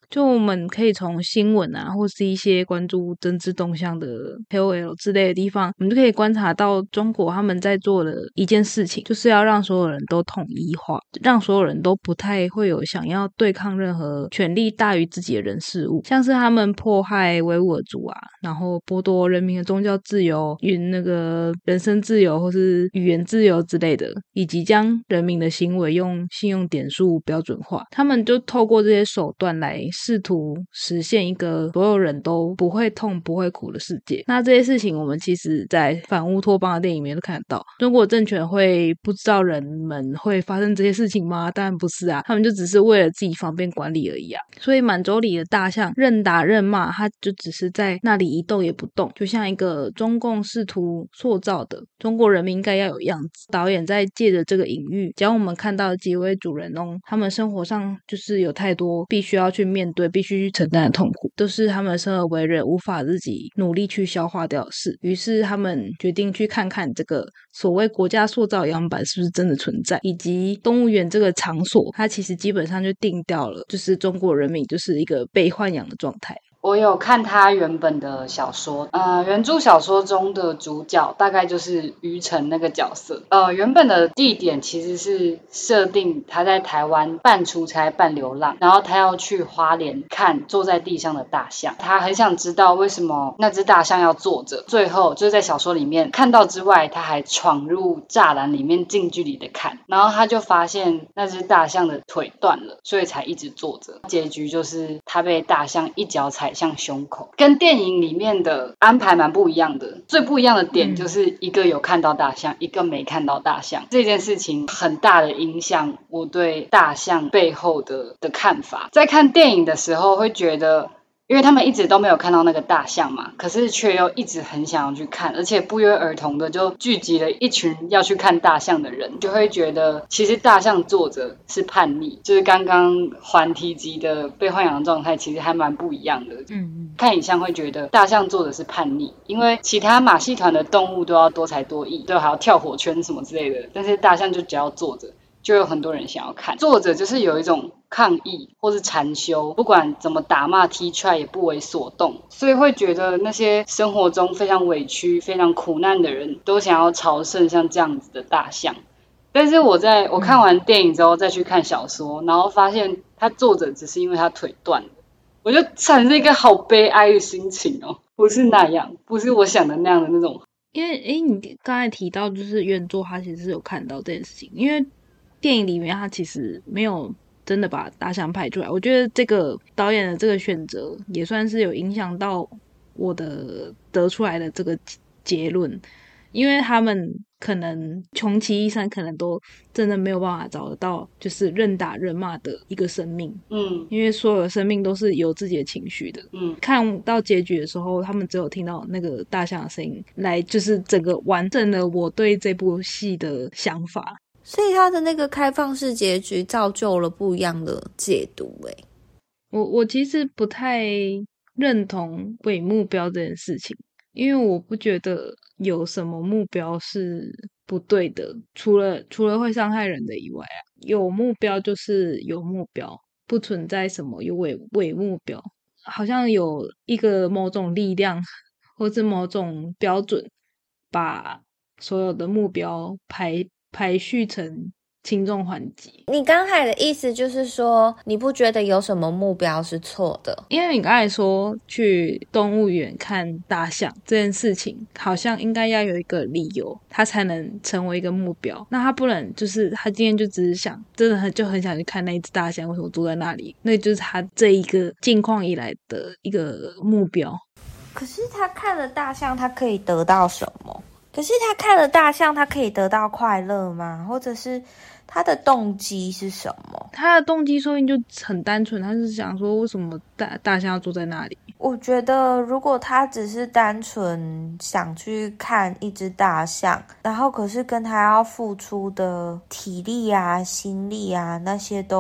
就我们可以从新闻啊，或是一些关注政治动向的 KOL 之类的地方，我们就可以观察到中国他们在做的一件事情，就是要让所有人都统一化，让所有人都不太会有想要对抗任何权力大于自己的人事物，像是他们迫害维吾尔族啊，然后剥夺人民的宗教自由与那个人身自由或是语言自由之类的，以及将人民的行为用信用点数标准化，他们就透过这些手段来试图实现一个所有人都不会痛不会苦的世界。那这些事情我们其实在反乌托邦的电影里面都看得到。中国政权会不知道人们会发生这些事情吗？当然不是啊，他们就只是为了自己方便管理而已啊。所以满洲里的大象任打任骂，他就只是在那里一动也不动，就像一个中共试图塑造的中国人民应该要有样子。导演在借着这个隐喻，将我们看到的几位主人翁他们生活上就是有太多必须要去面对必须去承担的痛苦，都是他们生而为人无法自己努力去消化掉的事。于是他们决定去看看这个所谓国家塑造样板是不是真的存在，以及动物园这个场所它其实基本上就定掉了，就是中国人民就是一个被豢养的状态。 我有看他原本的小说，原著小说中的主角大概就是于晨那个角色。原本的地点其实是设定他在台湾半出差半流浪，然后他要去花莲看坐在地上的大象，他很想知道为什么那只大象要坐着，最后就是在小说里面看到之外，他还闯入栅栏里面近距离的看，然后他就发现那只大象的腿断了，所以才一直坐着。结局就是他被大象一脚踩向胸口，跟电影里面的安排蛮不一样的。最不一样的点就是一个有看到大象，一个没看到大象。这件事情很大的影响我对大象背后的看法。在看电影的时候会觉得，因为他们一直都没有看到那个大象嘛，可是却又一直很想要去看，而且不约而同的就聚集了一群要去看大象的人，就会觉得其实大象坐着是叛逆，就是刚刚环提及的被豢养的状态其实还蛮不一样的。看影像会觉得大象坐的是叛逆，因为其他马戏团的动物都要多才多艺，都还要跳火圈什么之类的，但是大象就只要坐着，就有很多人想要看。坐着就是有一种抗议或是禅修，不管怎么打骂踢踹也不为所动，所以会觉得那些生活中非常委屈非常苦难的人都想要朝圣像这样子的大象。但是我看完电影之后再去看小说，然后发现他坐着只是因为他腿断了，我就产生一个好悲哀的心情哦，不是那样，不是我想的那样的那种。 因为你刚才提到就是原作他其实是有看到这件事情，因为电影里面他其实没有真的把大象拍出来，我觉得这个导演的这个选择也算是有影响到我的得出来的这个结论，因为他们可能穷其一生可能都真的没有办法找得到就是任打任骂的一个生命，因为所有的生命都是有自己的情绪的，看到结局的时候他们只有听到那个大象的声音来就是整个完整了我对这部戏的想法。 所以他的那个开放式结局造就了不一样的解读。 我其实不太认同伪目标这件事情，因为我不觉得有什么目标是不对的，除了会伤害人的以外啊，有目标就是有目标，不存在什么有伪目标，好像有一个某种力量或是某种标准把所有的目标排序成轻重缓急。 你刚才的意思就是说你不觉得有什么目标是错的？ 因为你刚才说去动物园看大象这件事情好像应该要有一个理由它才能成为一个目标，那他不能就是他今天就只是想真的就很想去看那一只大象为什么坐在那里，那就是他这一个近况以来的一个目标。 可是他看了大象他可以得到什么？可是他看了大象他可以得到快乐吗？或者是他的动机是什么？ 他的动机说不定就很单纯，他是想说为什么大象要坐在那里。 我觉得如果他只是单纯想去看一只大象，然后可是跟他要付出的体力啊心力啊那些都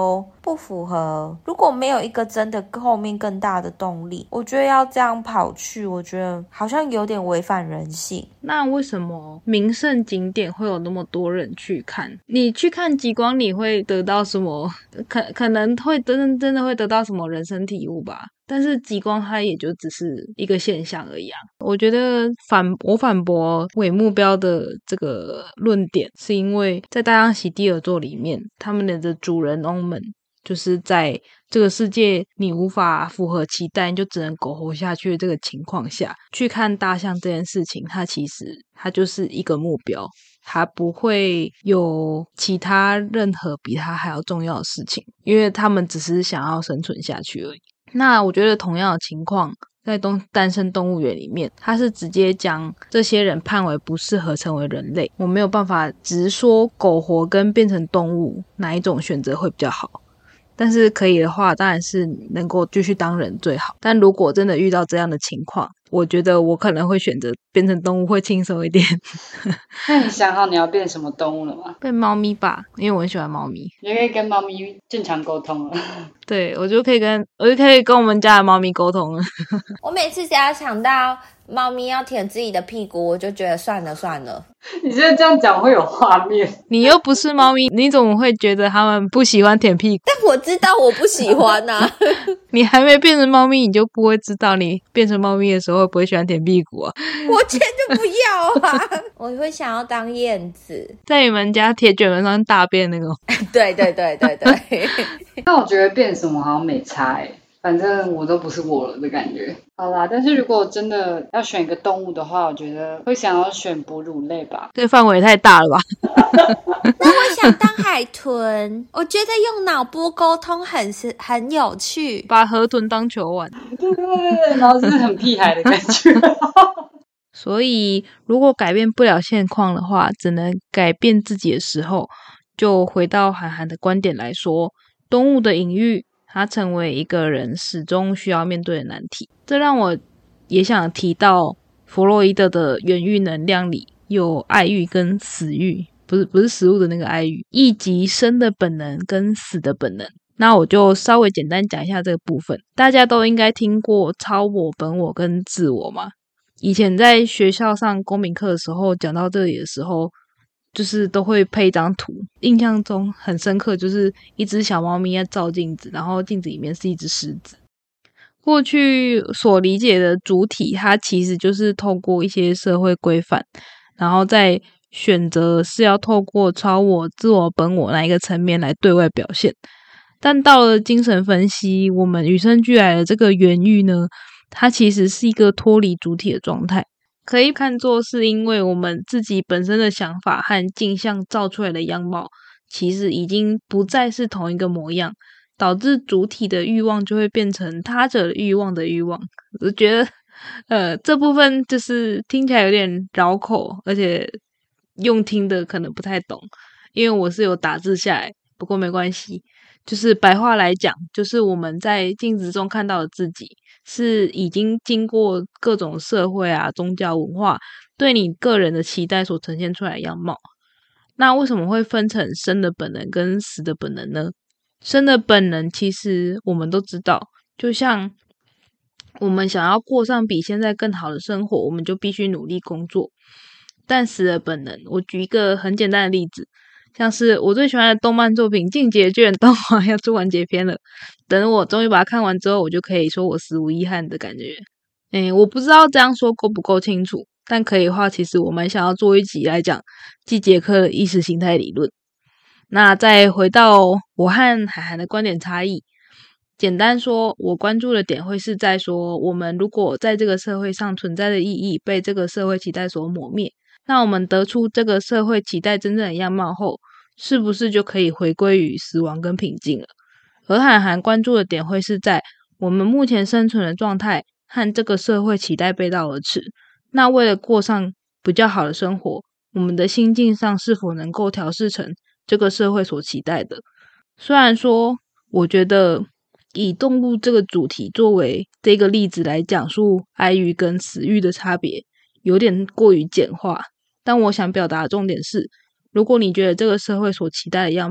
不符合。如果没有一个真的后面更大的动力，我觉得要这样跑去，我觉得好像有点违反人性。 那为什么名胜景点会有那么多人去看？你去看极光，你会得到什么？可能会真的会得到什么人生体悟吧？但是极光它也就只是一个现象而已啊。我觉得我反驳伪目标的这个论点，是因为在大象席地而坐里面，他们的主人翁们就是在这个世界你无法符合期待，你就只能苟活下去的这个情况下去看大象这件事情，它就是一个目标，它不会有其他任何比它还要重要的事情，因为他们只是想要生存下去而已。那我觉得同样的情况在诞生动物园里面，它是直接将这些人判为不适合成为人类，我没有办法直说苟活跟变成动物哪一种选择会比较好，但是可以的话当然是能够继续当人最好。但如果真的遇到这样的情况，我觉得我可能会选择变成动物会轻松一点。 那你想好你要变什么动物了吗？ 变猫咪吧，因为我很喜欢猫咪， 你就可以跟猫咪正常沟通了。 对，我就可以跟我们家的猫咪沟通了。 我每次只要想到猫咪要舔自己的屁股，我就觉得算了。 你现在这样讲会有画面。 你又不是猫咪，你怎么会觉得他们不喜欢舔屁股？ 但我知道我不喜欢啊。 你还没变成猫咪，你就不会知道你变成猫咪的时候会不会喜欢舔屁股啊？ 我绝对不要啊！我会想要当燕子， 在你们家铁卷门上大便那个。 对。 那我觉得变什么好像没差欸，反正我都不是我了的感觉。好啦，但是如果真的要选一个动物的话，我觉得会想要选哺乳类吧。 这范围也太大了吧？ 那我想当海豚，我觉得用脑波沟通很有趣。 把河豚当球玩。 对，然后是很屁孩的感觉。 所以如果改变不了现况的话，只能改变自己的时候，就回到韩寒的观点来说，动物的隐喻它成为一个人始终需要面对的难题。这让我也想提到弗洛伊德的原欲能量里有爱欲跟死欲，不是食物的那个爱欲，亦即生的本能跟死的本能。那我就稍微简单讲一下这个部分。大家都应该听过超我、本我跟自我嘛。以前在学校上公民课的时候讲到这里的时候，就是都会配一张图，印象中很深刻，就是一只小猫咪在照镜子，然后镜子里面是一只狮子。过去所理解的主体，它其实就是透过一些社会规范，然后再选择是要透过超我、自我、本我哪一个层面来对外表现。但到了精神分析，我们与生俱来的这个原欲呢，它其实是一个脱离主体的状态，可以看作是因为我们自己本身的想法和镜像照出来的样貌其实已经不再是同一个模样，导致主体的欲望就会变成他者欲望的欲望。我觉得这部分就是听起来有点绕口，而且用听的可能不太懂，因为我是有打字下来，不过没关系。就是白话来讲，就是我们在镜子中看到的自己是已经经过各种社会啊、宗教文化对你个人的期待所呈现出来的样貌。那为什么会分成生的本能跟死的本能呢？生的本能其实我们都知道，就像我们想要过上比现在更好的生活，我们就必须努力工作。但死的本能，我举一个很简单的例子，像是我最喜欢的动漫作品《进击的巨人》动画要出完结篇了，等我终于把它看完之后，我就可以说我死无遗憾的感觉。我不知道这样说够不够清楚，但可以的话，其实我蛮想要做一集来讲季节课的意识形态理论。那再回到我和海涵的观点差异，简单说，我关注的点会是在说，我们如果在这个社会上存在的意义被这个社会期待所抹灭，那我们得出这个社会期待真正的样貌后，是不是就可以回归于死亡跟平静了？而海涵关注的点会是在我们目前生存的状态和这个社会期待背道而驰，那为了过上比较好的生活，我们的心境上是否能够调试成这个社会所期待的？虽然说我觉得以动物这个主题作为这个例子来讲述爱欲跟死欲的差别有点过于简化，但我想表达的重点是，如果你觉得这个社会所期待的样貌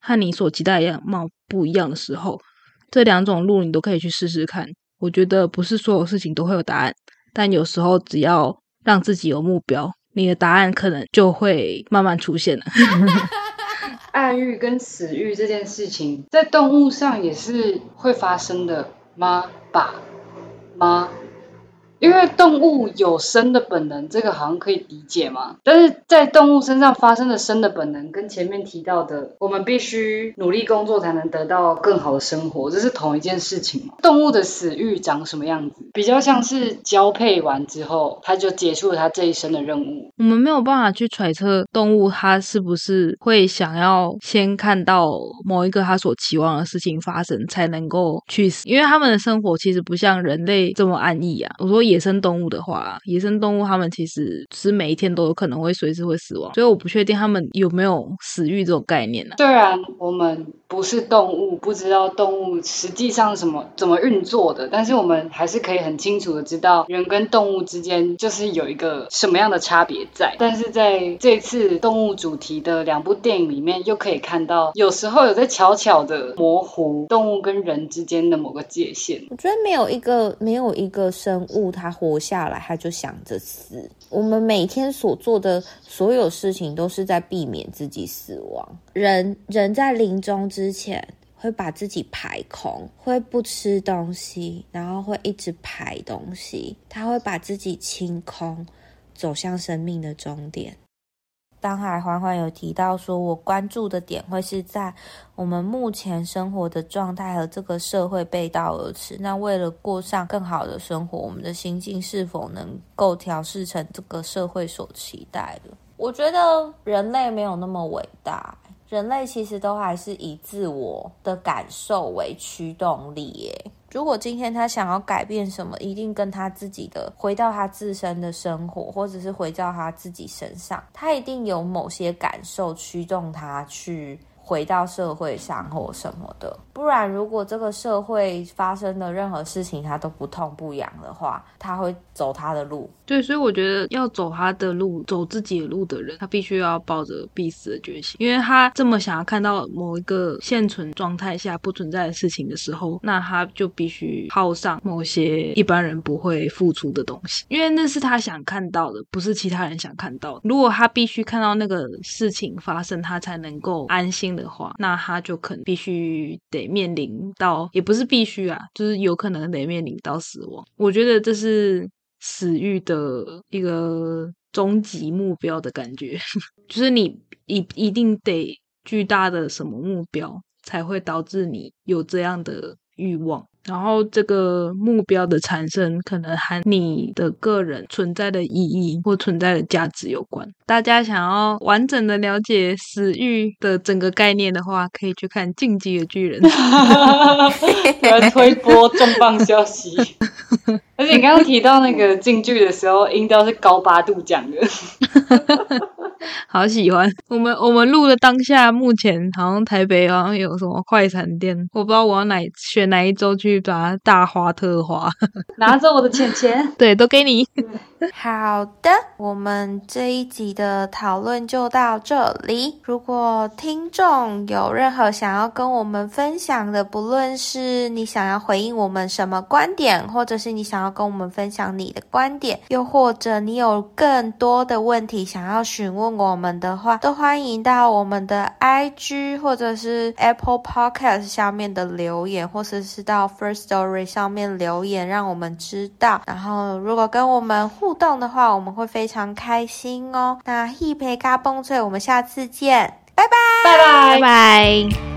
和你所期待的样貌不一样的时候，这两种路你都可以去试试看。我觉得不是所有事情都会有答案，但有时候只要让自己有目标，你的答案可能就会慢慢出现了。 爱欲跟死欲这件事情在动物上也是会发生的吗？吗？因为动物有生的本能，这个好像可以理解嘛。但是在动物身上发生的生的本能，跟前面提到的，我们必须努力工作才能得到更好的生活，这是同一件事情嘛。动物的死欲长什么样子？比较像是交配完之后，它就结束了它这一生的任务。 我们没有办法去揣测动物它是不是会想要先看到某一个它所期望的事情发生，才能够去死，因为他们的生活其实不像人类这么安逸啊。我说野生动物的话，野生动物他们其实是每一天都有可能会随时会死亡，所以我不确定他们有没有死欲这种概念啊。 虽然我们不是动物，不知道动物实际上怎么运作的，但是我们还是可以很清楚的知道人跟动物之间就是有一个什么样的差别在。但是在这次动物主题的2部电影里面，又可以看到有时候有在悄悄的模糊动物跟人之间的某个界限。 我觉得没有一个生物它活下来它就想着死。我们每天所做的所有事情都是在避免自己死亡。人在临终之前会把自己排空，会不吃东西，然后会一直排东西，他会把自己清空，走向生命的终点。当海缓缓有提到说，我关注的点会是在我们目前生活的状态和这个社会背道而驰，那为了过上更好的生活，我们的心境是否能够调试成这个社会所期待的。我觉得人类没有那么伟大，人类其实都还是以自我的感受为驱动力耶。如果今天他想要改变什么，一定跟他自己的回到他自身的生活，或者是回到他自己身上，他一定有某些感受驱动他去回到社会上或什么的。不然如果这个社会发生的任何事情他都不痛不痒的话，他会走他的路。 对，所以我觉得要走他的路，走自己的路的人，他必须要抱着必死的决心，因为他这么想要看到某一个现存状态下不存在的事情的时候，那他就必须耗上某些一般人不会付出的东西，因为那是他想看到的，不是其他人想看到的。如果他必须看到那个事情发生，他才能够安心的话，那他就可能必须得面临到，也不是必须啊，就是有可能得面临到死亡。我觉得这是死欲的一个终极目标的感觉。就是你一定得巨大的什么目标才会导致你有这样的欲望，然后这个目标的产生可能和你的个人存在的意义或存在的价值有关。大家想要完整的了解死欲的整个概念的话，可以去看《进击的巨人》。 有人推播重磅消息。而且你刚刚提到那个京剧的时候，音调是高8度讲的。 好喜欢。我们录的当下，目前好像台北好像有什么快餐店，我不知道我要选哪一周去把它大花特花。 拿着我的钱。 对，都给你。 好的，我们这一集的讨论就到这里。如果听众有任何想要跟我们分享的，不论是你想要回应我们什么观点，或者是你想要跟我们分享你的观点，又或者你有更多的问题想要询问我们的话，都欢迎到我们的 IG 或者是 Apple Podcast 下面的留言，或者是到 First Story 上面留言，让我们知道。然后如果跟我们互动的话，我们会非常开心哦。那 Hip 咖蹦脆，我们下次见，拜拜， 拜拜， 拜拜。